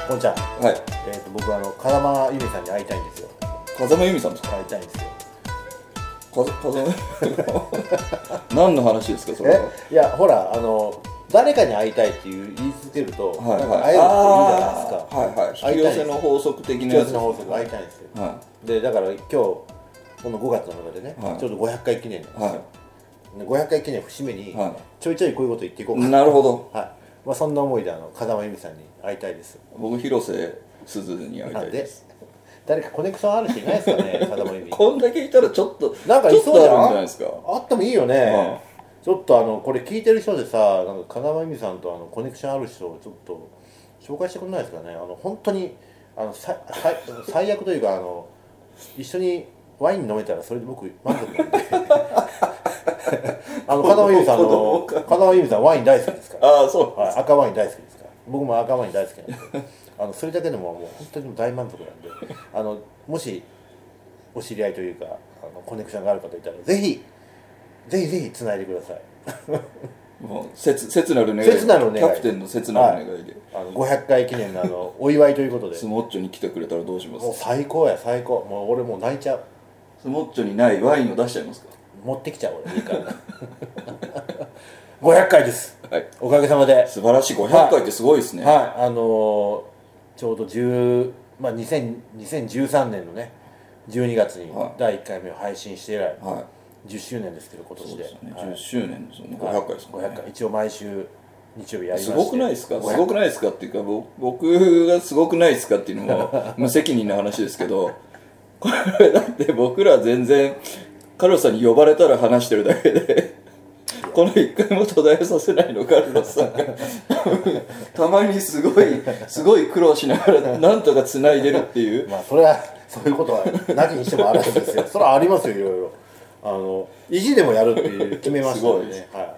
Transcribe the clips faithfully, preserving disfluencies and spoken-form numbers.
こんちゃん、 はい。 えー、と僕はあの風間由美さんに会いたいんですよ。 風間由美さんですか。 会いたいんですよ。 風風間何の話ですかそれは。 えいやほらあの誰かに会いたいっていう言い続けると、 はいなんかはい。 会えるって言うじゃないですか。 はいはい。引き寄せの法則的なやつですね。 引き寄せの法則会いたいんですよ。 はでだから今日このごがつの中でね、 はいちょうどごひゃっかい記念なんですよ。 はでごひゃっかい記念節目に、 はいちょいちょいこういうこと言っていこうかい。なるほど。 はい。まあそんな思いであの風間由美さんに会いたいです。 僕広瀬すずに会いたなんでいです。 誰かコネクションある人いないですかね風間由美。 こんだけいたらちょっとなんかいちょっとそうじゃん。 あるんじゃないですか。 あってもいいよね、 はちょっとあのこれ聞いてる人でさ、なんか風間由美さんとあのコネクションある人をちょっと紹介してくれないですかね。あの本当にあのささ最悪というか、あの一緒にワイン飲めたらそれで僕満足なんであの風間由美さんの風間由美さんワイン大好きですから、 ああそう。 はい、赤ワイン大好きですから。僕も赤ワイン大好きなんであのそれだけでももう本当に大満足なんで、あのもしお知り合いというかあのコネクションがある方いたらぜひぜひぜひつないでくださいもう切切なる願い。 切なる願いキャプテンの切なる願いで。 あのごひゃっかい記念のあのお祝いということでスモッチョに来てくれたらどうしますもう最高や最高。もう俺もう泣いちゃう。 スモッチョにないワインを出しちゃいますか。 持ってきちゃう俺いいからごひゃっかいです、 はい。 おかげさまで。 素晴らしい。ごひゃっかいってすごいですね。 はい、あのーちょうどじゅう、まあ、にせんじゅうさんねんのねじゅうにがつにはいだいいっかいめを配信して以来、 はい。 じゅっしゅうねんですけど今年で。 そうですよね。 はいじゅっしゅうねんですよね。ごひゃっかいですもんね。 ごひゃっかい一応毎週日曜日やりまして。 すごくないですか。すごくいないですかっていうか、ぼ僕がすごくないですかっていうのも無責任な話ですけど、これだって僕ら全然カルロスさんに呼ばれたら話してるだけでこの一回も途絶えさせないのカルロスさんがたまにすごいすごい苦労しながらなんとかつないでるっていう。 まあそれはそういうことはなきにしてもあるんですよそれはありますよ、いろいろ。あの意地でもやるっていう決めましたのでね。はい、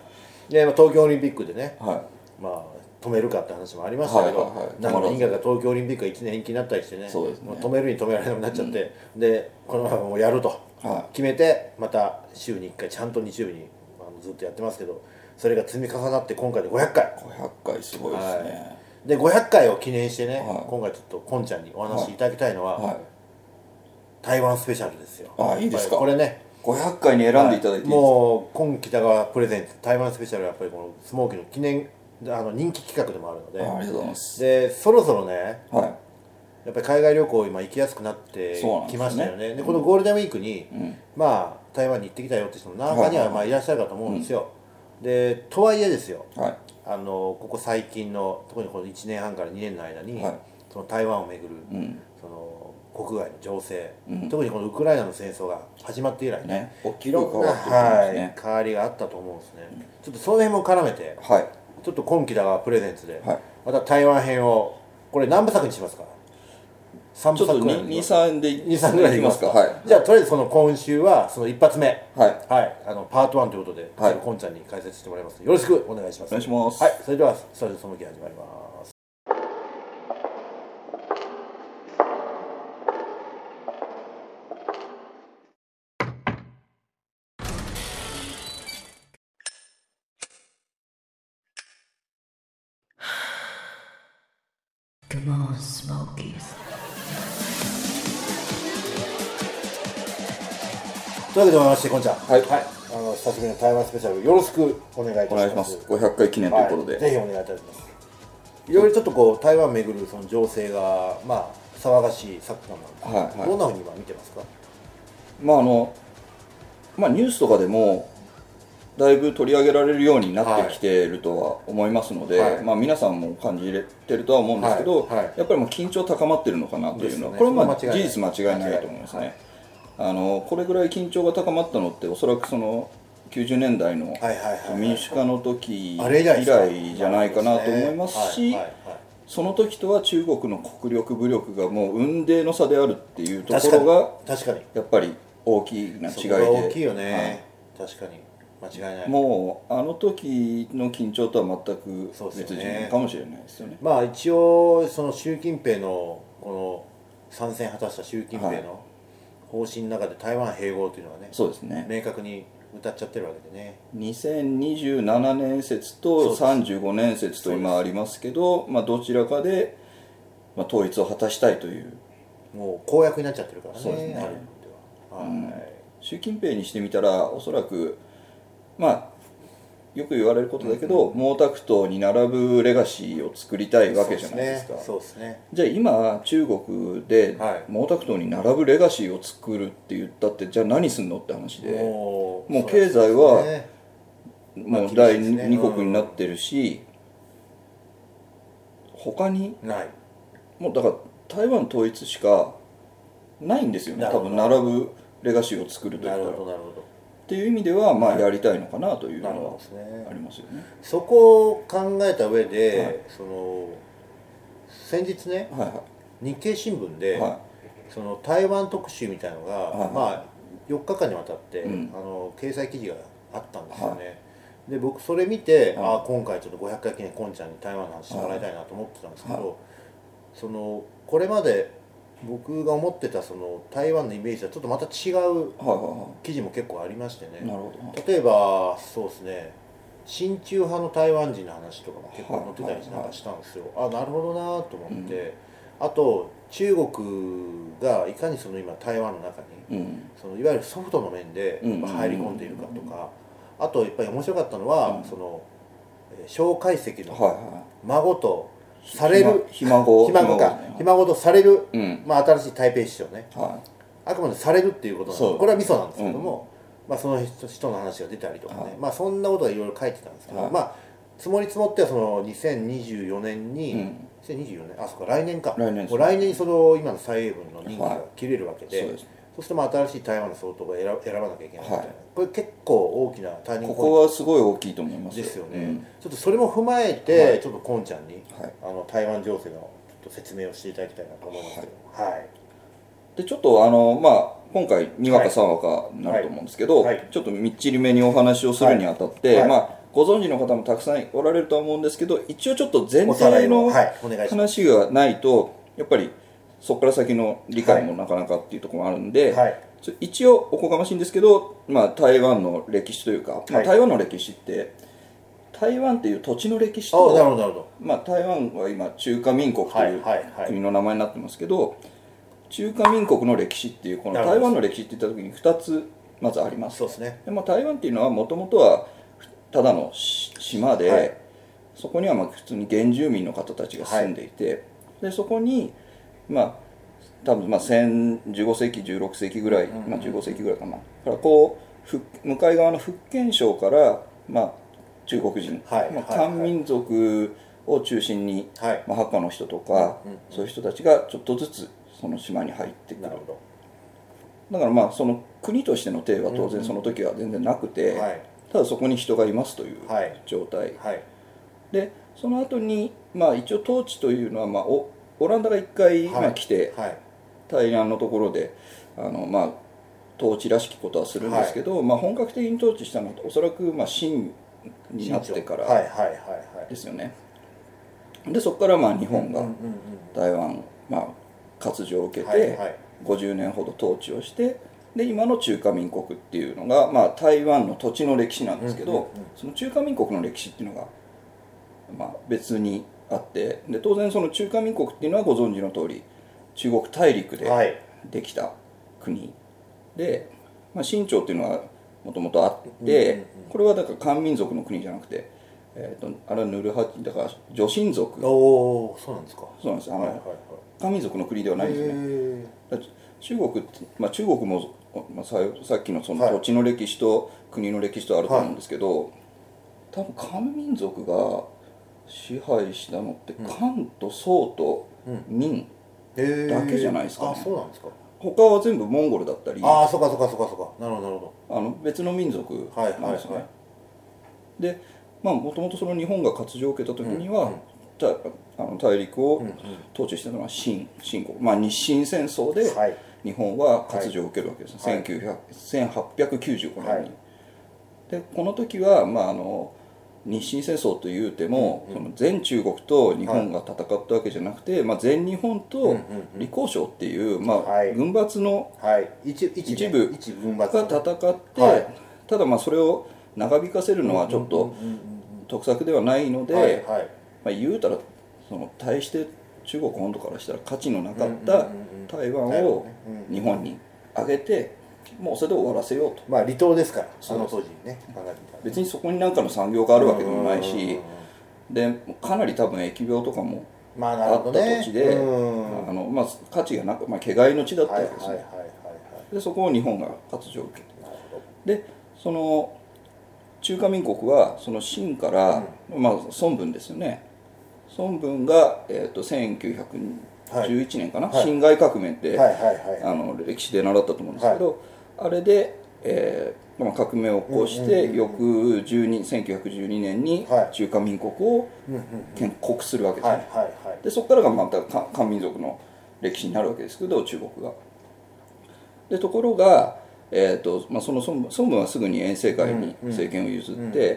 で、まあ、東京オリンピックでね、 はまあ止めるかって話もありましたけど、 はいはいはいなんか因果が東京オリンピックがいちねん延期になったりしてね、 そうですねもう止めるに止められなくなっちゃって、でこのままもうやるとはい決めて、また週にいっかいちゃんと日曜日にあのずっとやってますけど、それが積み重なって今回でごひゃっかい。 ごひゃっかいすごいですね。 はいでごひゃっかいを記念してね、 はい今回ちょっとこんちゃんにお話しいただきたいのは、 はい。 台湾スペシャルですよ。 あいいですかやっぱりこれね、 ごひゃっかいに選んでいただいていいですか。 もう今北川プレゼンツ台湾スペシャルはやっぱりこのスモーキーの記念あの人気企画でもあるので、 あありがとうございます。 でそろそろねはい。 やっぱり海外旅行今行きやすくなってそうなんですねきましたよね。でこのゴールデンウィークに、 うん。 まあ台湾に行ってきたよって人も中にはまあいらっしゃるかと思うんですよ。でとはいえですよ、 はい。 あのここ最近の特にこのいちねんはんからにねんの間に、 はいその台湾をめぐる、 うん。 その国外の情勢、 うん特にこのウクライナの戦争が始まって以来ね、 ね。大きいく変わろんな、 ってると思うんですはいね。、 変わりがあったと思うんですね。ちょっとその辺も絡めてはい。 ちょっと今期だがプレゼンツで、 はい。 また台湾編をこれ何部作にしますか。さんちょっとぶさくぐらいにに、さんでに、さんぐらいでいきますか。 はい。 じゃあとりあえずその今週はその一発目、 はい。 はい、あのパートワンということで、 はいちょっとこんちゃんに解説してもらいますのでよろしくお願いします。 お願いします。 はい、それではそれでその気始まります。 Come on, Smokies. というわけでございましてこんちゃん、 はいあの久しぶりの台湾スペシャルよろしくお願いいたします。 お願いします。ごひゃっかい記念ということで。 はい、ぜひお願いいたします。いろいろちょっとこう台湾をめぐるその情勢がまあ騒がしい昨今なんですけど、 はいはいどんなふうに今見てますか。 まああの、まあニュースとかでもだいぶ取り上げられるようになってきているとは思いますので、 はいまあ皆さんも感じてるとは思うんですけど、 はいはいやっぱりもう緊張高まってるのかなというのは、 ですよねこれはまあそれは間違いない事実間違いないと思いますね。 はいあのこれぐらい緊張が高まったのっておそらくそのきゅうじゅうねんだいのはいはいはいはい民主化の時以あれ以来ですか来じゃないかなと思いますし、 はいはいはいその時とは中国の国力武力がもう雲泥の差であるっていうところが確かにやっぱり大きな違いそで、 こが大きいよね、確かに間違いない。 もうあの時の緊張とは全くそうです別よね人かもしれないですよね。 まあ一応その習近平のこの参戦果たした習近平はいの方針の中で台湾併合というのはね、 そうですね。 明確に歌っちゃってるわけでね。 にせんにじゅうななねん説とそうですさんじゅうごねん説と今ありますけど、まあ、どちらかでまあ、統一を果たしたいという、 もう公約になっちゃってるからね。 そうですねある意味では、はい、 うん、習近平にしてみたらおそらくまあよく言われることだけど、うんうん、毛沢東に並ぶレガシーを作りたいわけじゃないですか。 そうですね。 じゃあ今中国で毛沢東に並ぶレガシーを作るって言ったってじゃあ何すんのって話で、もう経済はもう第二国になってるし、他にない、 もうだから台湾統一しかないんですよね、多分並ぶレガシーを作るといったら。なるほどなるほど。っていう意味ではまあやりたいのかなというのはありますよね。 そこを考えた上で、はい、その先日ね、はいはい、日経新聞で、はい、その台湾特集みたいのが、はいはい、まあよっかかんにわたって、うん、あの掲載記事があったんですよね。はい、で僕それ見て、はい、ああ今回ちょっとごひゃっかい記念こんちゃんに台湾の話してもらいたいなと思ってたんですけど、はい、そのこれまで僕が思ってたその台湾のイメージはちょっとまた違う記事も結構ありましてね、例えばそうですね、親中派の台湾人の話とかも結構載ってたりなんかしたんですよ。あ、なるほどなと思って、うん、あと中国がいかにその今台湾の中に、うん、そのいわゆるソフトの面で入り込んでいるかとか、あとやっぱり面白かったのは、うん、その蒋介石の孫とされるひ孫ひ孫かひ孫とされる、うん、まあ、新しい台北市長ね、はい、あくまでされるっていうことなんで、これはミソなんですけども、うん、まあ、その人の話が出たりとかね、はい、まあ、そんなことがいろいろ書いてたんですけど、はい、まあ積もり積もってはそのにせんにじゅうよねんに、うん、にせんにじゅうよねんあそこ来年か来年、もう来年にその今の蔡英文の任期が切れるわけで、はい、そうです。そうするとまあ新しい台湾の総統が選ばなきゃいけないみたいな、はい、これ結構大きなターニングポイント、 ここはすごい大きいと思いますですよね、うん、ちょっとそれも踏まえて、はい、ちょっとこんちゃんに、はい、あの台湾情勢のちょっと説明をしていただきたいなと思いますけど、はい、はい、 でちょっとあのまあ今回にわかさんわかになると思うんですけど、はいはい、ちょっとみっちりめにお話をするにあたって、はい、まあご存知の方もたくさんおられるとは思うんですけど、一応ちょっと前提の話がないとやっぱりそこから先の理解もなかなかっていうところもあるんで、はい、一応おこがましいんですけど、まあ、台湾の歴史というか、はい、まあ、台湾の歴史って台湾っていう土地の歴史と、まあ、台湾は今中華民国という国の名前になってますけど、中華民国の歴史っていうこの台湾の歴史っていった時にふたつまずあります。 そうですね。 で、まあ、台湾っていうのはもともとはただの島で、はい、そこにはまあ普通に原住民の方たちが住んでいて、はい、でそこにまあ多分まあじゅうごせいきじゅうろくせいきぐらい、うんうん、まあ、じゅうごせいきぐらいかな、からこう向かい側の福建省から、まあ、中国人、はい、まあ、漢民族を中心に、はい、まあ、ハッカの人とか、うんうん、そういう人たちがちょっとずつその島に入ってくる。なるほど。だからまあその国としての体は当然その時は全然なくて、うんうん、はい、ただそこに人がいますという状態、はいはい、でその後にまあ一応統治というのは、まあ、オ, オランダがいっかい、まあ、来て、はいはい、対岸のところであの、まあ、統治らしきことはするんですけど、はい、まあ、本格的に統治したのはおそらくまあ清になってからですよね。でそこからまあ日本が台湾、まあ、割譲を受けてごじゅうねんほど統治をして、で今の中華民国っていうのが、まあ、台湾の土地の歴史なんですけど、うんうんうん、その中華民国の歴史っていうのが、まあ、別にあって、で当然その中華民国っていうのはご存知の通り中国大陸でできた国、はい、で、まあ、清朝っていうのはもともとあって、うんうんうん、これはだから漢民族の国じゃなくて、えー、とあれはヌルハチだから女真族。 おー、そうなんですか。 そうなんです。あの、はいはいはい、漢民族の国ではないんですね。中国って、まあ、中国も、まあ、さ, さっきのその土地の歴史と国の歴史とあると思うんですけど、はい、多分漢民族が支配したのって漢と宋と明だけじゃないですかね。 あ、そうなんですか。 他は全部モンゴルだったり、 ああ、そうかそうかそうかそうか、なるほどなるほど、あの別の民族なんですね。はいはいはい、で、まあもともとその日本が割譲を受けた時には、うんうん、あの大陸を統治したのは清清国、まあ、日清戦争で日本は割譲を受けるわけです、はい、せんはっぴゃくきゅうじゅうごねんに、はい、でこの時は、まあ、あの日清戦争というても、うんうん、その全中国と日本が戦ったわけじゃなくて、はい、まあ、全日本と李光省っていう、まあ、軍閥の一部が戦って、はい、ただまあそれを長引かせるのはちょっと得策ではないので、はいはい、まあ、言うたらその対して中国本土からしたら価値のなかった台湾を日本にあげて、もうそれで終わらせようと。 まあ離島ですから、その当時にね考えてみたら、 別にそこに何かの産業があるわけでもないし、でかなり多分疫病とかもまあなるあったほどね、 土地で、 うんあのまあ、価値がなく、まあ、毛飼いの地だったわけですね、 はいはいはいはいはいでそこを日本が割譲を受けて、 なるほでその中華民国はその清から、まあ、孫文ですよね、孫文が、えー、とせんきゅうひゃくじゅういちねんかな、 はい辛亥革命って、 はいはいはいあの歴史で習ったと思うんですけど、あれで、えーまあ、革命を起こして、 うんうんうん翌じゅうにせんきゅうひゃくじゅうにねんにはい中華民国をうんうん建国するわけですね、 はいはいはいでそこからがまた漢漢民族の歴史になるわけですけど、中国が。でところが、えーとまあ、その孫文孫文はすぐに袁世凱に政権を譲って、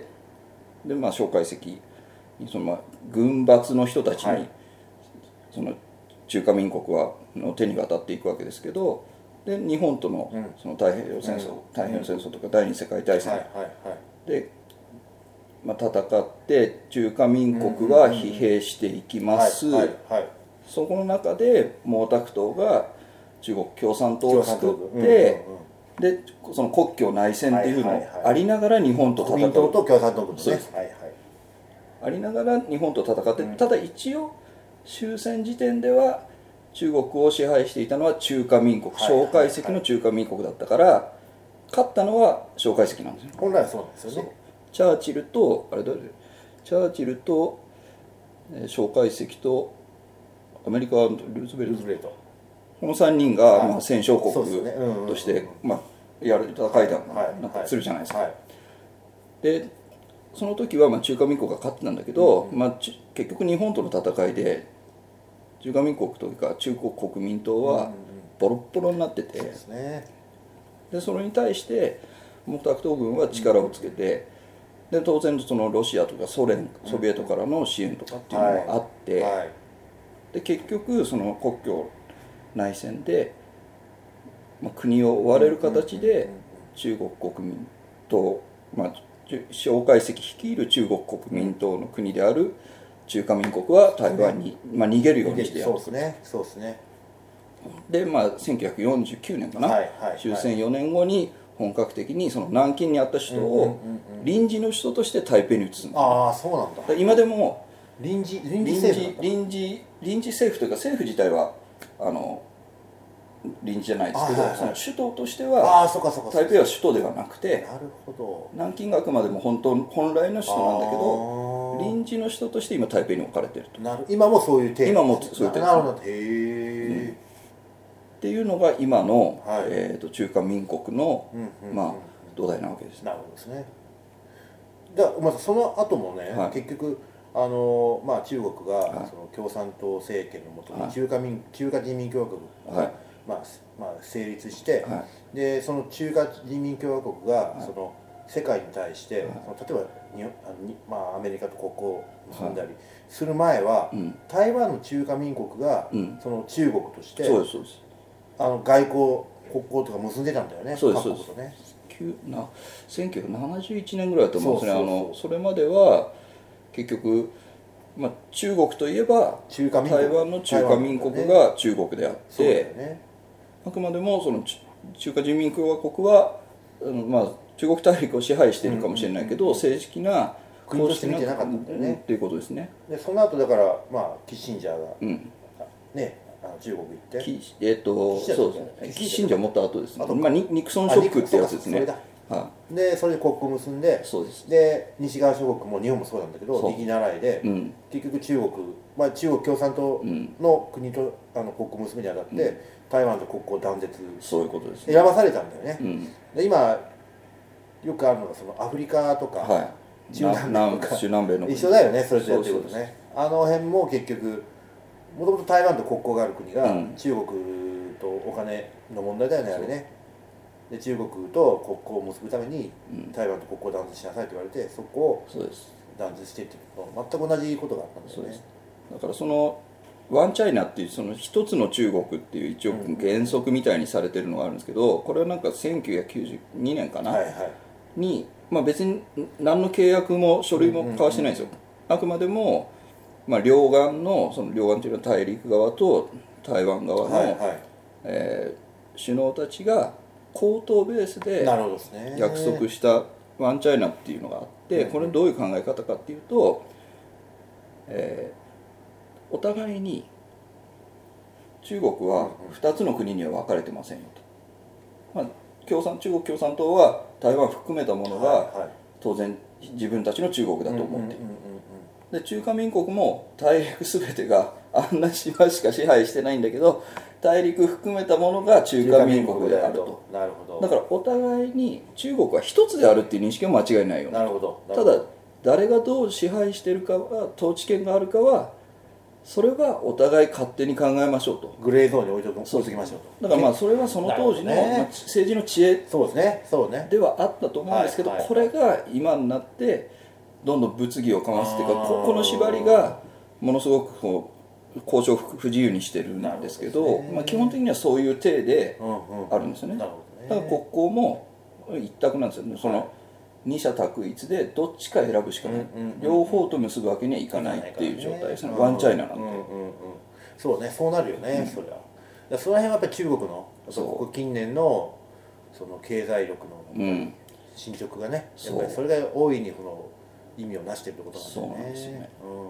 でまあ、蒋介石にその、まあ、軍閥の人たちに、 はいその中華民国はの手に渡っていくわけですけど、で日本とのうんその太平洋戦争、 うん太平洋戦争とか第二次世界大戦はいはいはいで、まあ、戦って中華民国は疲弊していきます、 はいはいはいそこの中で毛沢東が中国共産党を作って、 共産党うんうんうんでその国境内戦っていうのはいはいはいありながら日本と戦国民党う、 と共産党とねそうですはいはいありながら日本と戦って、 うんただ一応終戦時点では中国を支配していたのは中華民国、 はいはいはい蒋介石の中華民国だったから勝ったのは蒋介石なんですよ。 本来はそうなんですよねチャーチルとあれ誰チャーチルとえー蒋介石とアメリカはルーズベルトルーズベルトこのさんにんが、 はいまあ、戦勝そう国ですねうんうんうんとして、まあ、やる戦いだはいなんかするじゃないですか、 はいでその時はまあ中華民国が勝ってたんだけど、まあ、ち結局日本との戦いで中華民国というか中国国民党はボロッボロになってて、 そうですねでそれに対して毛沢東軍は力をつけて、で当然そのロシアとかソ連ソビエトからの支援とかっていうのもあって、 はいで結局その国境内戦で、まあ、国を追われる形で中国国民党、まあ、蒋介石率いる中国国民党の国である中華民国は台湾に、まあ、逃げるようにしてやるそうですねそうですねで、まあ、せんきゅうひゃくよんじゅうきゅうねんかな、 はいはいはい終戦よねんごに本格的にその南京にあった首都を臨時の首都として台北に移すんです、 ああそうなんだで今でも臨時臨臨時時政府なんだ臨時臨時政府というか政府自体はあの臨時じゃないですけど、 あはいはいその首都としてあはあそうかそうかそうか台北は首都ではなくてなるほど南京があくまでも本当本来の首都なんだけどあー臨時の首都として今台北に置かれてるとなる今もそういうテーマ今もそういうテーマなるほどへえっていうのが今の、 はいえー、と中華民国の、 うんうんうんまあ、土台なわけですね。 なるほどですねだまずその後もね、 はい結局あの、まあ、中国が、 はいその共産党政権のもとはいに中華民、中華人民共和国が、 はいまあまあ、成立して、 はでその中華人民共和国が、 いその世界に対して、 はいその例えばにあのに、まあ、アメリカと国交を結んだりする前は、 うん台湾の中華民国が、 うんその中国としてそうですそうですあの外交国交とか結んでたんだよねそうです各国とねきゅうなせんきゅうひゃくななじゅういちねんぐらいだと思うんですね。 そうそうそうあのそれまでは結局、まあ、中国といえば中華民国台湾の中華民国台湾だよねが中国であっそうだよて、 ねあくまでもそのち中華人民共和国は、うんまあ、中国大陸を支配しているかもしれないけど、正式な国として見てなかったんだよねうんっていうことですね。 でその後だからまあキッシンジャーがうんねあの中国行ってきえっ、とキッシンジャーそうですねキッシンジャーもっと後ですね後かまあ、ニニクソンショックってやつですねあニクはでそれで国交を結んでいそうですで西側諸国も日本もそうなんだけどそう右習いで、 うん結局中国、まあ、中国共産党うんの国とあの国交を結ぶにあたって、台湾と国交を断絶そういうことですね選ばされたんだよね、 うんで今よくあるのがそのアフリカとか、 はい中南米とか中南米の国一緒だよねそれとやってることそうそうねあの辺も結局もともと台湾と国交がある国が、 うん中国とお金の問題だよねあれねで中国と国交を結ぶために、 うん台湾と国交を断絶しなさいと言われてそこをそうです断絶してっていうのと全く同じことがあったんだよねそうですだからそのワンチャイナっていうその一つの中国っていう一応原則みたいにされてるのがあるんですけど、これはなんかせんきゅうひゃくきゅうじゅうにねんかな、 はいはいに、まあ、別に何の契約も書類も交わしてないんですよ、あくまでもまあ、両岸のその両岸というのは大陸側と台湾側の、 はいはいえー首脳たちが口頭ベースでなるほどですね約束したワンチャイナっていうのがあって、これどういう考え方かっていうと、えーお互いに中国はふたつの国には分かれてませんよと、まあ、共産中国共産党は台湾含めたものがはいはい当然自分たちの中国だと思っている、 うんうんうんうんで中華民国も大陸全てがあんな島しか支配してないんだけど大陸含めたものが中華民国であると。 なるほどだからお互いに中国は一つであるっていう認識は間違いないよね。 なるほどなたるほどだ誰がどう支配してるかは統治権があるかはそれはお互い勝手に考えましょうと。 グレーゾーンに置いとく置いときましょうとだからまあそれはその当時のなるほどねまあ政治の知恵そうですねそうねではあったと思うんですけど、 はいはいこれが今になってどんどん物議を醸すっていうかあーここの縛りがものすごくこう交渉不自由にしてるんですけどなるほどですねまあ、基本的にはそういう体でうんうんあるんですよね。 なるほどねだから国交も一択なんですよね。その二者択一でどっちか選ぶしかない、 うんうんうん両方と結ぶわけにはいかないっていう状態ですね。 うんワンチャイナなんて、 うんうんうんそうねそうなるよね、そりゃだからその辺はやっぱり中国のそうここ近年のその経済力のうん進捗がね、やそうっぱりそれが大いにこの意味をなしているってことそうなんだよねなんですよね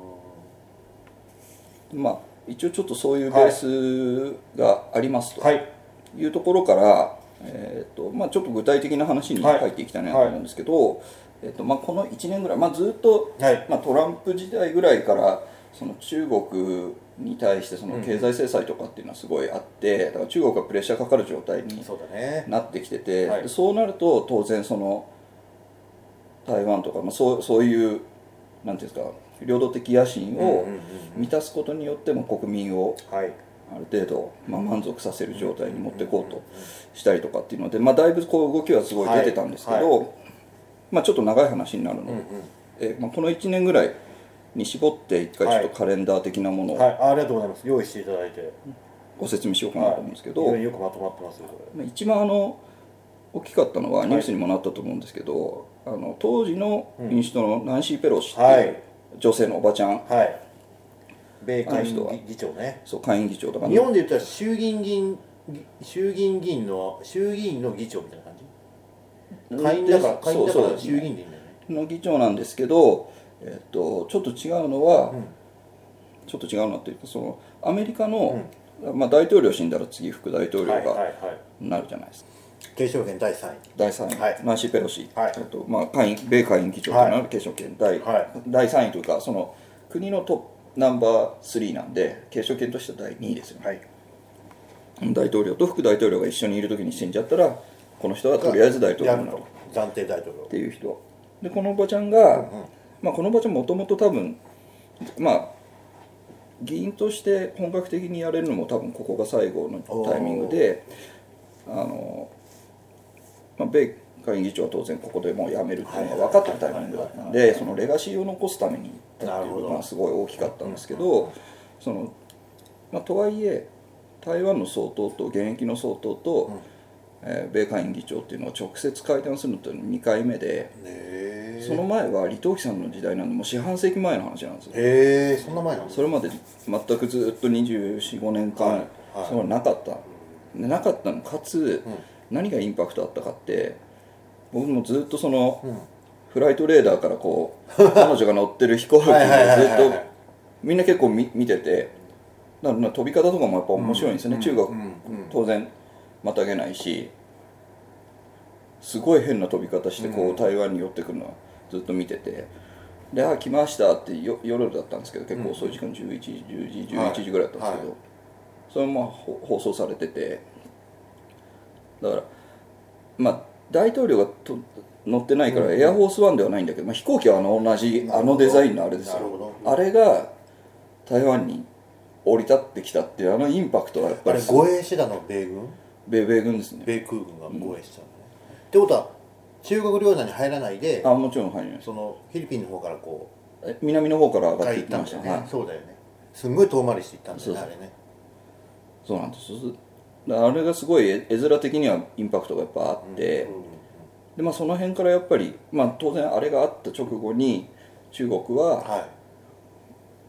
うまあ一応ちょっとそういうベースがありますと、 んはいいうところから、えーとまあ、ちょっと具体的な話に入っていきたいなと思うんですけど、えーとまあ、このいちねんぐらい、まあ、ずっと、 はいまあ、トランプ時代ぐらいからその中国に対してその経済制裁とかっていうのはすごいあってだから中国がプレッシャーかかる状態にそうだねなってきてて、 はいでそうなると当然その台湾とか、まあ、そうそういうなんていうんですか領土的野心をうんうんうん満たすことによっても国民をはいある程度、まあ、満足させる状態に持っていこうとしたりとかっていうので、まあ、だいぶこう動きはすごい出てたんですけど、 はいはまあ、ちょっと長い話になるので、 うんうんえまあ、このいちねんぐらいに絞って一回ちょっとカレンダー的なものをはいあありがとうございます用意していただいてご説明しようかなと思うんですけど、 非常によくまとまってますよこれまあ一番あの大きかったのはニュースにもなったと思うんですけど、あの当時の民主党のナンシー・ペロシっていう女性のおばちゃん、 はい米下院あの人は議長ねそう下院議長とか日本で言ったら衆議院議員衆議院議員の衆議院の議長みたいな感じ下院だから下院だから衆議院でいいんだよねの議長なんですけど、えっと、ちょっと違うのは、 うんちょっと違うなっていうかそのアメリカの、まあ、大統領死んだら次副大統領がはいはいはいなるじゃないですか、 継承権だいさんいだいさんい、 はいナンシー・ペロシ、 はいえっとまあ、下院米下院議長となる継承権第、 はいだいさんいというかその国のトップナンバースリーなんで継承権としてはだいにいですよね、 はい大統領と副大統領が一緒にいる時に死んじゃったらこの人はとりあえず大統領やるになると暫定大統領っていう人でこのおばちゃんが、 うんまあ、このおばちゃんもともと多分まあ議員として本格的にやれるのも多分ここが最後のタイミングであの、まあ、米下院議長は当然ここでもう辞めるっていうのが分かってるタイミングだったんでそのレガシーを残すためにっていうのがすごい大きかったんですけどその、まあ、とはいえ台湾の総統と現役の総統と、 うんえー米下院議長っていうのを直接会談するのってにかいめでへえその前は李登輝さんの時代なんでもう四半世紀前の話なんですよへえそんな前なんですそれまで全くずっとにじゅうよん、ごねんかん、 はいはいそれはなかったでなかったのかつ、何がインパクトあったかって僕もずっとその、 うんフライトレーダーからこう彼女が乗ってる飛行機をずはいはいはいはいっとみんな結構見見ててだから飛び方とかもやっぱ面白いんですよね、中国、 うんうん当然またげないしすごい変な飛び方してこう、 うん台湾に寄ってくるのはずっと見ててで「あ来ました」ってよ夜だったんですけど結構遅い時間、じゅういちじじゅうじじゅういちじぐらいだったんですけど、 はいそれもまあほ放送されててだからまあ大統領がと乗ってないからエアフォースワンではないんだけど、まあ、飛行機はあの同じあのデザインのあれですよなるほどあれが台湾に降り立ってきたっていうあのインパクトはやっぱりあれ護衛してたの米軍米米軍ですね米空軍が護衛してたのね、ってことは中国領内に入らないであもちろん入りましそのフィリピンの方からこたえ南の方から上うがってい行ったんだよね、 きましたはいそうだよねすんごい遠回りして行ったんだよねそうそうあれねそうなんですだからあれがすごい絵絵面的にはインパクトがやっぱあって、 うんうんでまあ、その辺からやっぱり、まあ、当然あれがあった直後に中国はは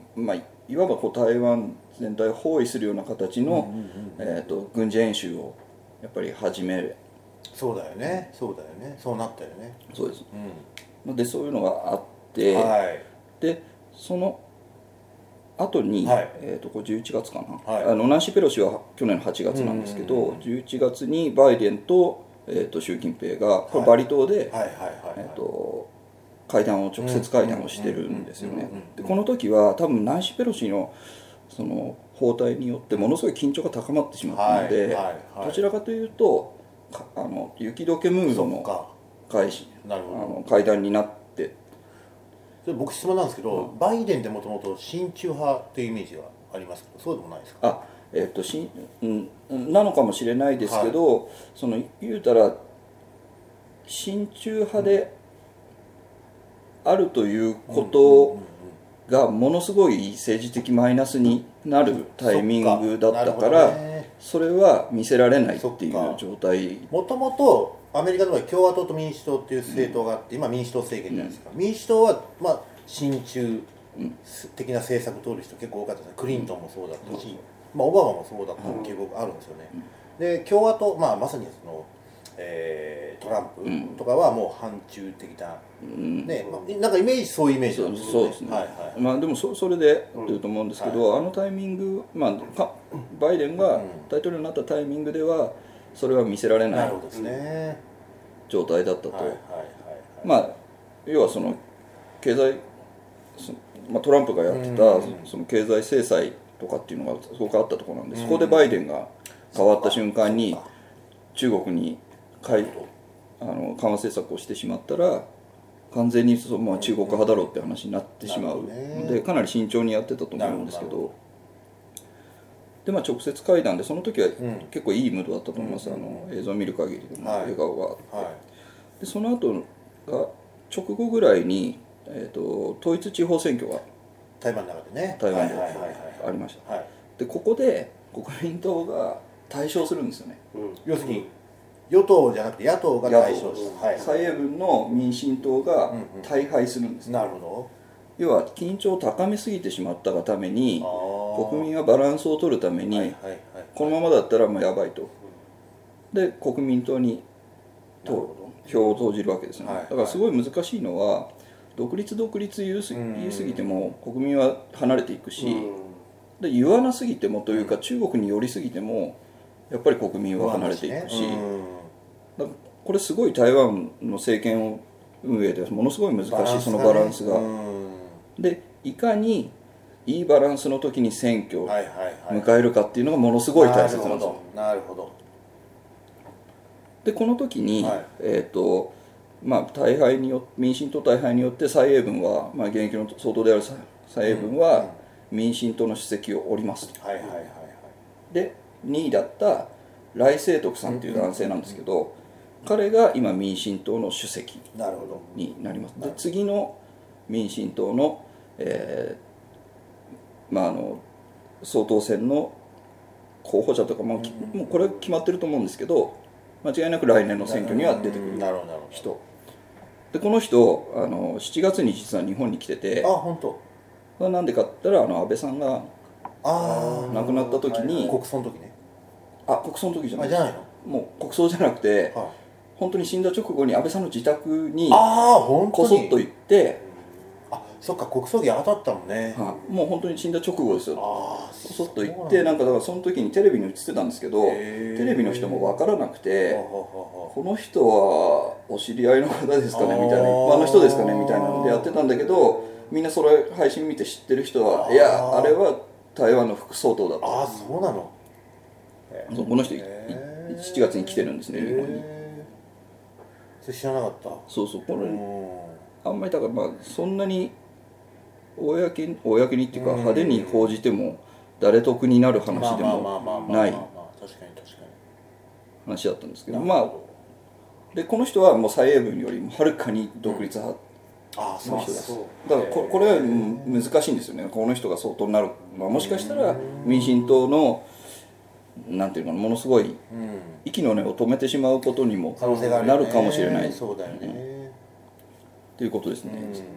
まあ、いわばこう台湾全体を包囲するような形の、 うんうんうんえー、と軍事演習をやっぱり始める。 そうだよねそうだよねそうなったよね。 そうです。 うでそういうのがあっんて、 はいでその後に、 はいえー、とこれじゅういちがつかな、 はいあのナンシー・ペロシは去年のはちがつなんですけど、 うんうんうんじゅういちがつにバイデンと、えー、と習近平がこれはいバリ島で、 はいはいはいえはいー、と会談を直接会談をしてるんですよねうんうんうんうん。 でこの時は多分ナンシー・ペロシのその訪台によってものすごい緊張が高まってしまったので、 はいはいはいどちらかというとかあの雪解けムードのそっか会しなるほどあの会談になって、 それ僕質問なんですけど、バイデンってもともと親中派っていうイメージがありますけどそうでもないですか。 あえっとしんんなのかもしれないですけど、その言うたら親中派であるということがものすごい政治的マイナスになるタイミングだったかそっら、 なるほどねそれは見せられないっていそっかう状態。 もともとアメリカの場合共和党と民主党っていう政党があって、今民主党政権じゃないですか、民主党はまあ親中的な政策を通る人結構多かったですね。クリントンもそうだったし、まあ、オバマもそうだった傾向があるんですよね。で共和党、まあ、まさにその、えートランプとかはもう反中的な、ねまあ、なんかイメージそういうイメージそうんなですよね。 そうですね、 はいはいまあでも そ, それでというと思うんですけど、あのタイミング、まあ、かバイデンが大統領になったタイミングではそれは見せられなないるほどですね。 状態だったと、 はいはいはいまあ要はその経済そまあ、トランプがやってたうんその経済制裁とかっていうのがすごくあったところなんで、そこでバイデンが変わった瞬間に中国に買いあの緩和政策をしてしまったら完全にその、まあ、中国派だろうって話になってしまうので、かなり慎重にやってたと思うんですけど、で、まあ、直接会談でその時は結構いいムードだったと思います、あの映像を見る限りでも笑顔があって、 はでその後が直後ぐらいに、えー、と統一地方選挙がい台湾の中でね台湾ではいはいはいはいありました。 はいでここで国民党が大勝するんですよね。 要するに与党じゃなくて野党が大勝した、はい蔡英文の民進党が大敗するんです、 なるほ要は緊張を高めすぎてしまったがためにど。 国民はバランスを取るために、 はいはいはいこのままだったらもうやばいと、で国民党になるほ票を投じるわけですね、 はいだからすごい難しいのは独立独立言うすうん言い過ぎても国民は離れていくし、で言わなすぎてもというか中国に寄りすぎてもやっぱり国民は離れていくし、だからこれすごい台湾の政権運営ではものすごい難しいそのバランスが、でいかにいいバランスの時に選挙をはいはいはい迎えるかっていうのがものすごい大切なんですよ。 なるほどでこの時に、 はいえっ、とまあ大敗によ民進党大敗によって蔡英文は、まあ、現役の総統である蔡蔡英文は民進党の主席を降りますと。 はいはいはいはいでにいだった来清徳さんという男性なんですけど、彼が今民進党の主席なるほどになります。で次の民進党の、えーまあ、あの総統選の候補者とかも、もうこれ決まってると思うんですけど間違いなく来年の選挙には出てくるなるほどなるほ人で、この人あのしちがつに実は日本に来てて、 どあ本当これはなんでかって言ったらあの安倍さんがああ亡くなった時に、 国葬の時ねあ国葬の時じゃないあじゃないのもう国葬じゃなくて、 はい本当に死んだ直後に安倍さんの自宅にああ本当にこそっと行って、 あそっか国葬儀当たったもんねはいもう本当に死んだ直後ですよ。 ああこそっと行って、なんかだからその時にテレビに映ってたんですけど、 へーテレビの人も分からなくて、 ほうほうほこの人はお知り合いの方ですかねみたいな、一般の人ですかねみたいなのでやってたんだけど、みんなそれ配信見て知ってる人は、いやあれは台湾の副総統だうああと。 そうなのそうこの人いいへーしちがつに来てるんですね、日本に。 へーそれ知らなかったそうそう、これうんあんまりだからまあそんなに公に公にっていうか派手に報じても誰得になる話でまあまあまあまあまあもないまあまあ確かに確かに話だったんですけど、まあでこの人はもう蔡英文よりもはるかに独立派ああそうの人です。 そうだからここれはうん難しいんですよね。この人が相当になる、まあ、もしかしたら民進党のなんていうのかな、ものすごいうん息の根を止めてしまうことにも可能性があるよねなるかもしれないそうだよねということですね。 うん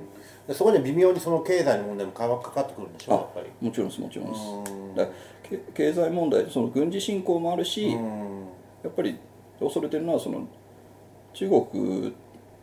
でそこで微妙にその経済の問題もかかってくるんでしょう、やっぱり。 もちろんですもちろんです。 うんだからけ経済問題、その軍事侵攻もあるし、 うんやっぱり恐れてるのはその中国、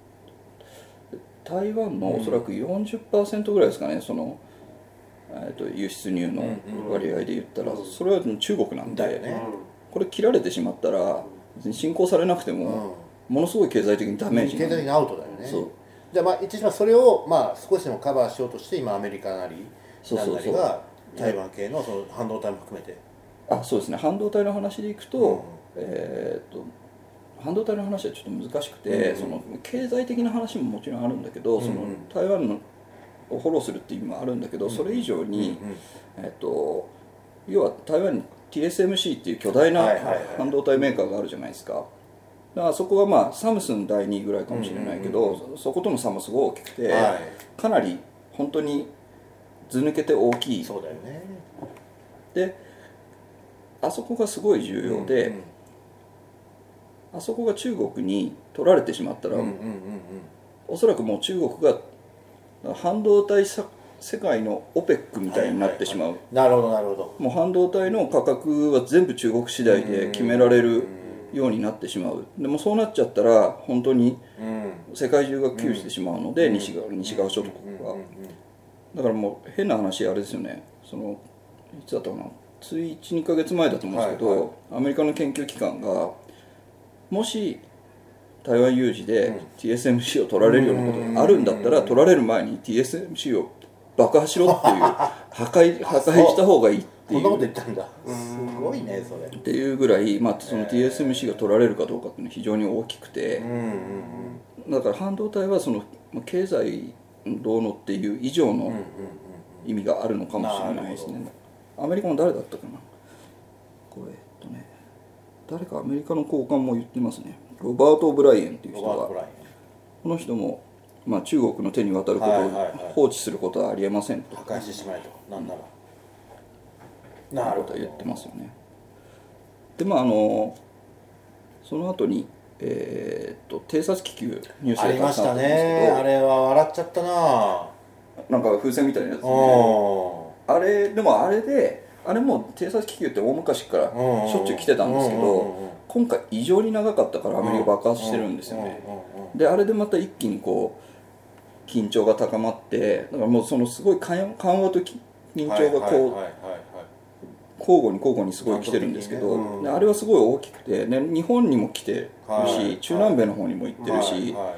台湾のおそらく よんじゅっパーセント ぐらいですかね、その、えー、と輸出入の割合で言ったら、それは中国なんで、 だよね。 これ切られてしまったら別に侵攻されなくても、ものすごい経済的にダメージ経済的にアウトだよね。 そうじゃあまあ一番それをまあ少しでもカバーしようとして今アメリカなりそうそうそうなんなりが台湾系のその半導体も含めて。 あそうですね、半導体の話でいくと、 うんえー、と半導体の話はちょっと難しくて、 うんその経済的な話ももちろんあるんだけど、 うんその台湾のをフォローするっていう意味もあるんだけど、それ以上に、えー、と要は台湾に ティーエスエムシー っていう巨大なはいはいはい半導体メーカーがあるじゃないですか。だからそこはまあサムスンだいにいぐらいかもしれないけど、 うんそことの差もすごい大きくて、 はいかなり本当に図抜けて大きい。 そうだよね。 であそこがすごい重要で、 うんうんあそこが中国に取られてしまったら、 うんうんうんおそらくもう中国が半導体さ世界の オペック みたいになってしまう、 はいはいはい、なるほどなるほど。 もう半導体の価格は全部中国次第で決められるようになってしまう。でもそうなっちゃったら本当にうん世界中が窮してしまうので、 うん西側西側諸国は、 うんうんうんだからもう変な話あれですよね、そのいつだったかな、ついいち、にかげつまえだと思うんですけど、 はいはいアメリカの研究機関がもし台湾有事でうんティーエスエムシー を取られるようなことがあるんだったら、取られる前に ティーエスエムシー を爆破しろっていう破壊破壊した方がいいっていこんなことう言ったんだ。すごいねそれ。 っていうぐらい、まあ、その ティーエスエムシー が取られるかどうかっていうのは非常に大きくて、 うんうんだから半導体はそのまあ経済どうのっていう以上のうんうんうん意味があるのかもしれないですね。アメリカの誰だったかな、これえっとね誰かアメリカの高官も言ってますね、ロバート・オブライエンっていう人が、 ロバート・ブライこの人も、まあ、中国の手に渡ることをはいはいはい放置することはありえませんとン破壊してしまえと、なんなら。 なるほど言ってますよね。でまああのその後にえーっと偵察気球ニュースあでりましたたくさんあったんですね。 けど、 あれは笑っちゃったな。 なんか風船みたいなやつね、 うあれでもあれであれも偵察気球って大昔からしょっちゅう来てたんですけど、今回異常に長かったからアメリカ爆発してるんですよね。であれでまた一気にこう緊張が高まって、だからもうそのすごい緩緩和と緊張がこうはいはいはいはい交互に交互にすごい来てるんですけど、 断続的にねうんであれはすごい大きくて、ね、日本にも来てるし、 はい中南米の方にも行ってるし、 はいはい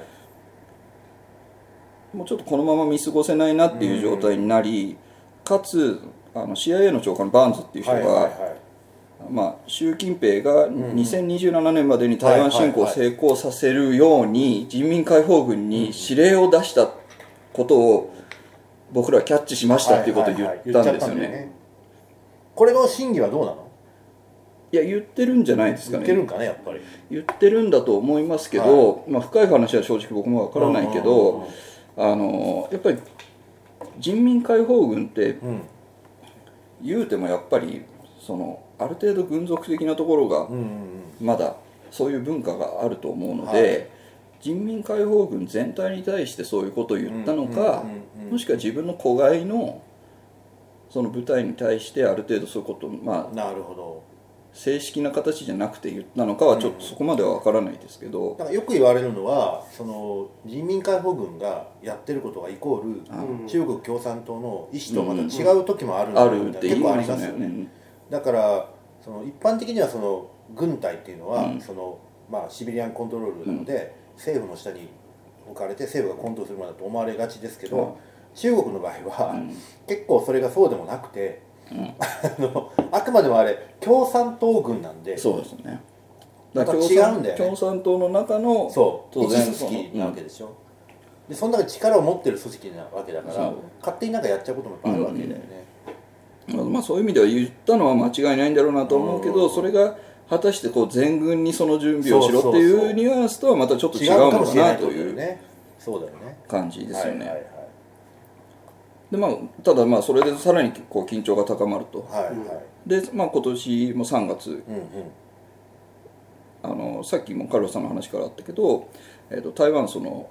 もうちょっとこのまま見過ごせないなっていう状態になり、かつあの シーアイエー の長官のバーンズっていう人が、 はいはいはいまあ、習近平がにせんにじゅうななねんまでに台湾侵攻を成功させるように人民解放軍に指令を出したことを僕らはキャッチしましたっていうことを言ったんですよはいはいはい言っちゃったんだよね。 ね。これの真偽はどうなの？ いや言ってるんじゃないですかね。 言ってるんかねやっぱり。 言ってるんだと思いますけど、まあ、深い話は正直僕もわからないけうんうんうんど、あのやっぱり人民解放軍ってうん言うてもやっぱりそのある程度軍属的なところがうんうんまだそういう文化があると思うので、 はい人民解放軍全体に対してそういうことを言ったのか、 うんうんうんうんもしくは自分の子飼いのその部隊に対してある程度そういうことを、まあ、 なるほど。 正式な形じゃなくて言ったのかはちょっとそこまでは分からないですけど、 なんかよく言われるのはその人民解放軍がやってることがイコール中国共産党の意思とまた違う時もあるんだあみたいなるって言い結構ありますね。 ますよね。だからその一般的にはその軍隊っていうのは、そのまあシビリアンコントロールなので、政府の下に置かれて政府がコントロールするものだと思われがちですけど、 うん中国の場合は、結構それがそうでもなくて、あのあくまでもあれ共産党軍なんで、 そうですね。 また共違うんだよね共産党の中のそう当然一組織なわけでしょ、でその中で力を持ってる組織なわけだからそう勝手になんかやっちゃうこともやっぱあるわけだよね、 まあまあそういう意味では言ったのは間違いないんだろうなと思うけど、 うんそれが果たしてこう全軍にその準備をしろってそうそうそういうニュアンスとはまたちょっと違違うかもうのかしれなといないといううね。そうだよね。 感じですよね。 はいはいでまあ、ただまあそれでさらにこう緊張が高まると。 はいはいはい。 で、まあ、今年もさんがつうんうんあのさっきもカルロスさんの話からあったけど、えー、と台湾その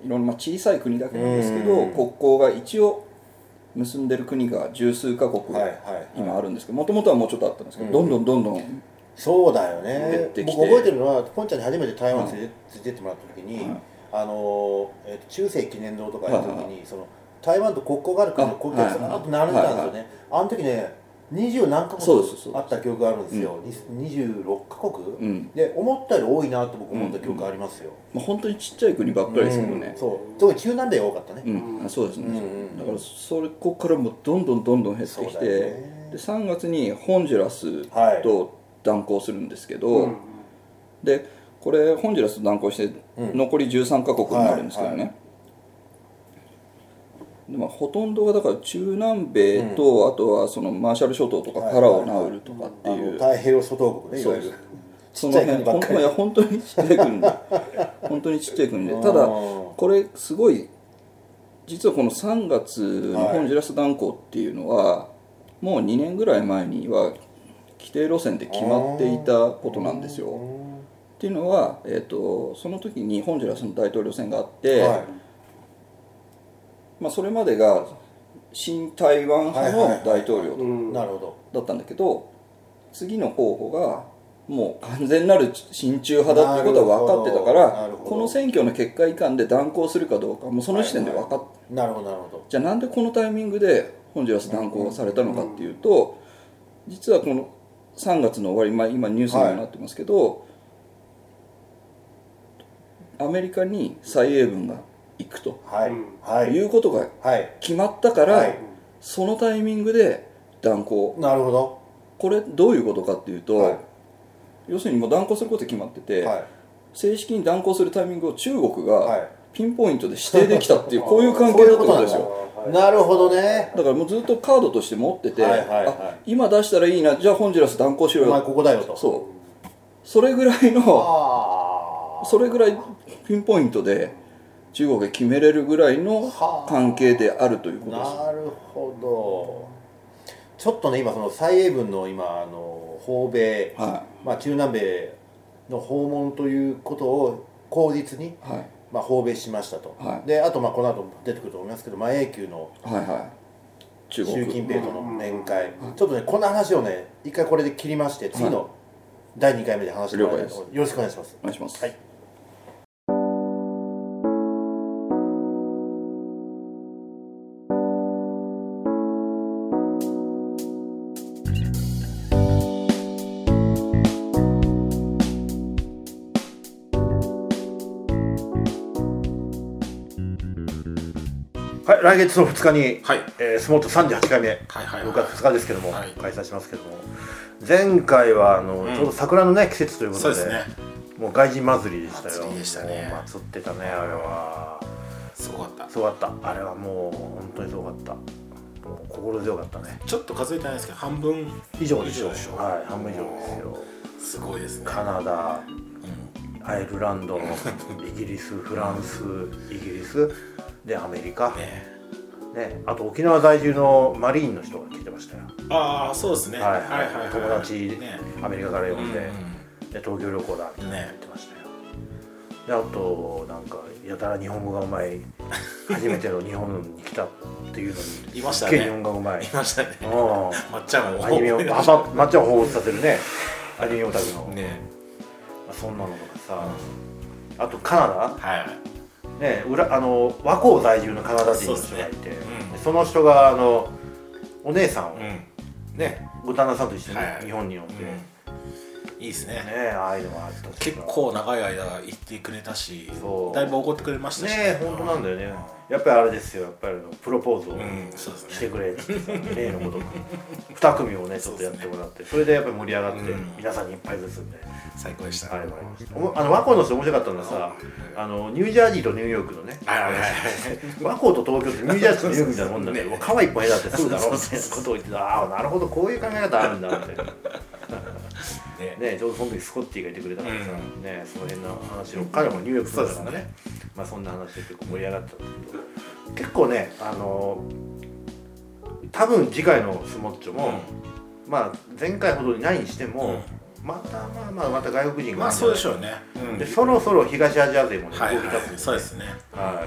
いろんな小さい国だけなんですけど、 うん国交が一応結んでる国が十数カ国、 はいはいはい、 今あるんですけど、もともとはもうちょっとあったんですけど、 うんどんどんどんどん、 そうだよね。 出てきて僕覚えてるのはポンちゃんに初めて台湾に連れてってもらった時に、 はいあの、えーと中世記念堂とか行った時に、 はいはその台湾と国交がある国の国旗がずらっと並んでたんですよね、 はいあの時ね二十何カ国そうですそうですあった記憶があるんですよ、にじゅうろっカ国、 うんで思ったより多いなと僕思った記憶ありますよ、 まあ、本当にちっちゃい国ばっかりですけどねうん、そう特に中南米が多かったね、 うんあそうですね、 うんうんだからそれこからもうどんどんどんどん減ってきそうだて、 よねでさんがつにホンジュラスはいと断交するんですけど、 うんでこれホンジュラスと断交してうん残りじゅうさんカ国になるんですけどね、 はいはでまあ、ほとんどがだから中南米と、あとはそのマーシャル諸島とかパラオナウルとかってあのいう、 太平洋諸島国ねいわゆるそのちっちゃい辺本国ばっかり当いや本当にちっちゃい国で本当にちっちゃい国でただこれすごい実はこのさんがつのホンジュラス断交っていうのは、もうにねんぐらい前には規定路線で決まっていたことなんですよ。っていうのは、えー、とその時にホンジュラスの大統領選があって、 はいまあ、それまでが親台湾派の大統領うんなるほどだったんだけど、次の候補がもう完全なる親中派だっていうことは分かってたかならるほどこの選挙の結果以下で断交するかどうかもうその時点で分かっ、 なるほどなるほどじゃあなんでこのタイミングでホンジュラス断交がされたのかっていうと、実はこのさんがつの終わり、まあ、今ニュースにもなってますけど、アメリカに蔡英文が行くとはい、 うんはいいうことがはい決まったから、 はいそのタイミングで断交。 なるほどこれどういうことかっていうと、 はい要するにもう断交すること決まってて、 はい正式に断交するタイミングを中国がはいピンポイントで指定できたっていうこういう関係だってことですよ。 なるほどねだからもうずっとカードとして持ってて、 はいはいはいあ今出したらいいな、じゃあホンジュラス断交しろお前よ、 ここだよとそうそれぐらいのああそれぐらいピンポイントで中国が決めれるぐらいの関係であるということです。 なるほどちょっとね今その蔡英文の今あの訪米、 はまあ、中南米の訪問ということを口実に、 いはいまあ、訪米しましたと、 はいであとまあこの後出てくると思いますけど馬英九のはいはい中国習近平との面会、ちょっとねこの話をね一回これで切りまして次のだいにかいめで話してもらいたいと思いますよろしくお願いしますお願いします。 はいはい、来月のふつかに、 はいえー、スモートさんじゅうはちかいめ、 はいはいはいろくがつふつかですけども、 はい開催しますけども、前回はあの、 んちょうど桜のね季節ということで、 そうですねもう外人祭りでしたよ。 祭りでしたねもう祭ってたねあれは。 すごかったすごかった。あれはもう本当にすごかった。もう心強かったね。 ちょっと数えてないですけど半分以上でしょ。 以上でしょはい、半分以上ですよ。 すごいですねカナダ、 うんアイルランド、イギリス、フランス、イギリスでアメリカ。 ねね、あと沖縄在住のマリーンの人が来てましたよ。 ああそうですねはいはいはいはい友達ねアメリカから呼んで、 うんで東京旅行だみたいな言ってましたよ。であとなんかやたら日本語がうまい初めての日本に来たっていうのにいましたねすっげえ日本語がうまい。 いましたねうんまっちゃんもアニメをまままっちゃんを彷彿させるねアニメオタクの、 ねまあ、そんなのとかさ、あとカナダはいはいね、裏あの和光在住のカナダ人の人がいて、 そうですねうんでその人があのお姉さんを、 うんねご旦那さんと一緒にはいはい日本に呼んで、ねうんいいですねああいうのがあったし結構長い間行ってくれたしそうだいぶ怒ってくれましたしねえ本当なんだよね、やっぱりあれですよやっぱりあのプロポーズをうんそうですねしてくれってさ、例のことに組をねちょっとやってもらってそれでやっぱり盛り上がって、 うん皆さんにいっぱいずつね最高でしたあれもありましたおもあの和光の人面白かったのはさあのニュージャージーとニューヨークのねはいはいはい和光と東京ってニュージャージーとニューヨークみたいなもんだけど、 ねもう川一本隔てすぐだろみそうそうたいなことを言ってたああなるほどこういう考え方あるんだみたいなねね、ちょうどその時スコッティがいてくれたからさ、 うんね、その辺の話を彼もニューヨーク住んだからねまあそんな話で結構盛り上がったんだけど結構ねあの多分次回のスモッチョも、まあ前回ほどにないにしても、 またまあまあまた外国人がまあそうでしょうね、うん、 でそろそろ東アジア勢もねはい、 動き出すんで、 はい、そうですね、 はい、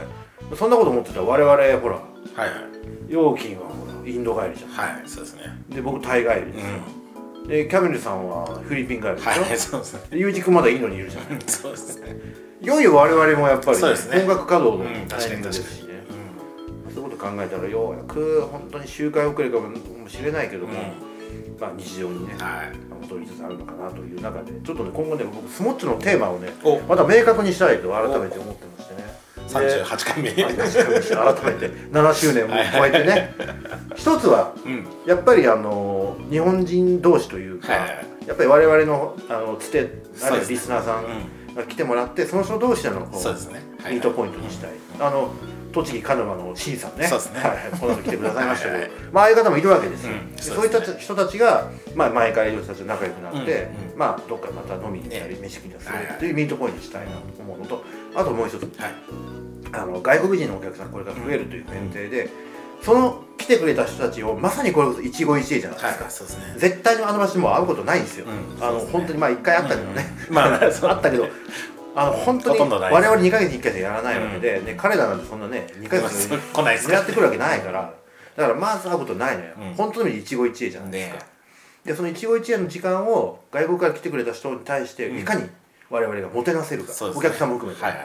そんなこと思ってたら我々ほらはいはい陽金はほらインド帰りじゃん、 はいそうですね、 で僕タイ帰りですよ、うん、でキャメルさんはフィリピン帰りでしょ、 はいそうですね、 でユージ君まだインドにいるじゃんそうですね、 いよいよ我々もやっぱり、ねそうですね、 本格稼働のうんタイミングですしね、 うん、 そういうこと考えたらようやく本当に周回遅れかもしれないけども、うん、まあ日常にね、はい、戻りつつあるのかなという中でちょっとね今後ね僕スモッチのテーマをねまた明確にしたいと改めて思ってましてね、 さんじゅうはちかいめ改めてななしゅうねんを超えてね一つは、うん、やっぱりあの日本人同士というか、はいはい、やっぱり我々のあのつてあるいはリスナーさんが来てもらってその人同士でのこうそうですね、はいはい、 ミートポイントにしたい、うん、あの栃木鹿沼のシンさんね、 そうですね、 はい、この後来てくださいましたけどはい、まあ、ああいう方もいるわけですよ、うん、そういった人たちが、まあ、毎回漁師たちと仲良くなって、うんうん、まあ、どっかまた飲みに行ったり、ね、飯食いに行ったりするというミートポイントにしたいなと思うのと、あともう一つ、はい、あの外国人のお客さんこれから増えるという前提で、うん、その来てくれた人たちをまさにこれこそ一期一会じゃないですか、はい、そうですね、絶対にあの場所にも会うことないんですよ、うん、あの、ね、本当にまあいっかいあったけどね、うん、まああったけどあの本当に我々にかげつにいっかいしかやらないわけで、うんね、彼らなんてそんなねにかげつ狙ってくるわけないからだからまず会うことないのよ、うん、本当に一期一会じゃないですか、ね、でその一期一会の時間を外国から来てくれた人に対していかに我々がもてなせるか、うん、お客さんも含めて、はいはい、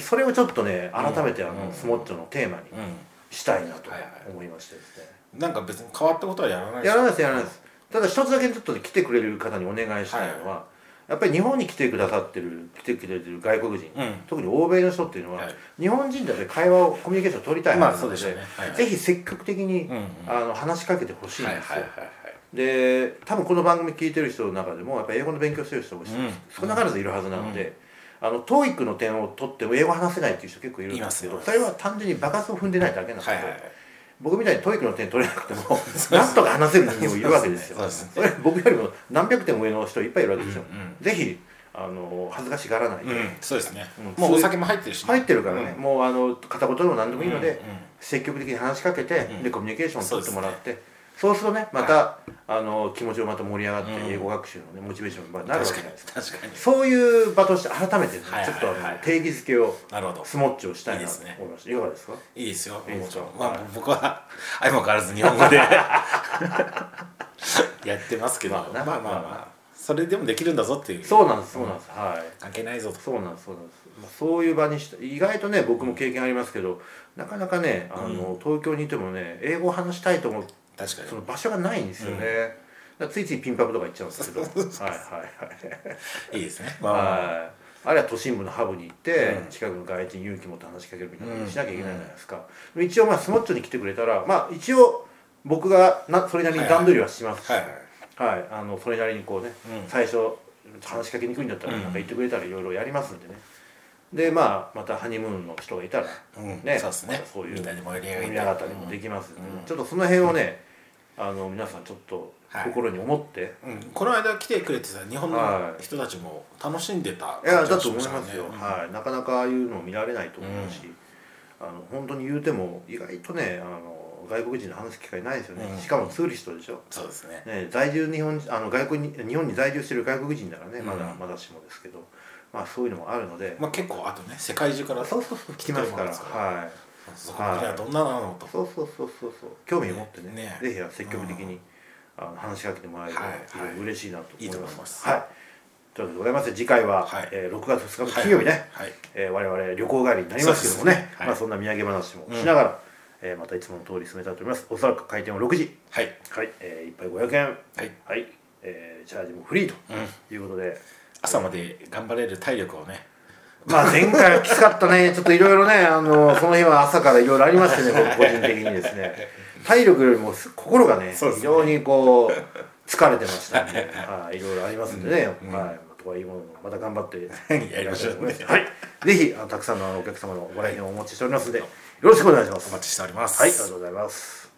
それをちょっとね改めてあの、うん、スモッチョのテーマにしたいなと思いましてですね、 なんか別に変わったことはやらないですやらないですやらないです、ただ一つだけちょっと来てくれる方にお願いしたいのは、はい、やっぱり日本に来てくださってる来てくれてる外国人、うん、特に欧米の人っていうのは、はい、日本人だけ会話をコミュニケーションを取りたいはずなので、まあねはいはい、ぜひ積極的に、うんうん、あの話しかけてほしいんですよ、はいはいはいはい、で多分この番組聞いてる人の中でもやっぱり英語の勉強してる人も、うん、少なからずいるはずなので、うん、あの トーイック の点を取っても英語話せないっていう人結構いるんですけど、それは単純に場数を踏んでないだけなんですよ、はいはいはい、僕みたいに トーイック の点取れなくてもなんとか話せる人もいるわけですよそれ僕よりも何百点上の人いっぱいいるわけですよ、うんうん、ぜひあの恥ずかしがらないで、 うん、そうですね、うん、もうお酒も入ってるし、 ね、入ってるからね、うん、もうあの片言でも何でもいいので、うんうん、積極的に話しかけて、うん、でコミュニケーションを取ってもらって、そうするとねまた、はい、あの気持ちをまた盛り上がって、うん、英語学習の、ね、モチベーションになるわけじゃないですか。確かにそういう場として改めて、ねはいはいはいはい、ちょっとあの定義づけをスモッチをしたいなと思いました。いかがですか？ いいですよ。いいですよ。まあ、はい、僕は相も変わらず日本語でやってますけど、まあまあまあ、まあ、それでもできるんだぞっていう。 そうなんですそうなんです、はい。 関係ないぞと。 そうなんですそうなんです。まあ、そういう場にした意外とね僕も経験ありますけど、なかなかねあの、うん、東京にいてもね英語を話したいと思う確かにその場所がないんですよね。うん、ついついピンパブとか行っちゃうんですけど、はいはいはい。 いいですね。 まあ、はいあるいは都心部のハブに行って、うん、近くの外人勇気持って話しかけるみたいなのにしなきゃいけないじゃないですか、うん、一応まあスモッチョに来てくれたらまあ一応僕がなそれなりに段取りはしますし、はいはいはい、あのそれなりにこうね、うん、最初話しかけにくいんだったらなんか言ってくれたらいろいろやりますんでね、でまあまたハニムーンの人がいたら、 うん、ねそうですね、 ま、そういう盛り上がったりもできますんで、ねうん、ちょっとその辺をねあの皆さんちょっと心に思って、 はいうん、この間来てくれてた日本の人たちも楽しんでた感じがしましたね。いやだと思いますよ、うんはい、なかなかああいうのを見られないと思うし、うん、あの本当に言うても意外とねあの外国人の話す機会ないですよね、うん、しかもツーリストでしょ。 そうですね。 ね在住日本あの外国に日本に在住してる外国人ならねまだ、うん、まだしもですけど、まあそういうのもあるので、 まあ、結構あとね世界中からそうそうそう来てますからはい。 そこはどんなのと、 そうそうそうそうそう興味を持ってね、ねぜひ積極的に、うん、あの話しかけてもらえると、はいはい、嬉しいなと思います。いいと思います。はい。ということでございまして次回は、はいえー、ろくがつふつかの金曜日ね、はいはいえー、我々旅行帰りになりますけどもね、ねはい、まあそんな土産話もしながら、うんえー、またいつもの通り進めたいと思います。おそらく開店はろくじはいはいえー、いっぱいごひゃくえんはいはい、えー、チャージもフリーということで、うん、 朝まで頑張れる体力をね。 まあ前回はきつかったね。ちょっといろいろねあのその日は朝からいろいろありましてね個人的にですね体力よりも心がね非常にこう疲れてましたんではいいろいろありますんでね、うん、はいとはいいものまた頑張ってやりましょうね。 はいぜひあのたくさんのお客様のご来店をお待ちしておりますのでよろしくお願いします。 お待ちしております。 はいありがとうございます。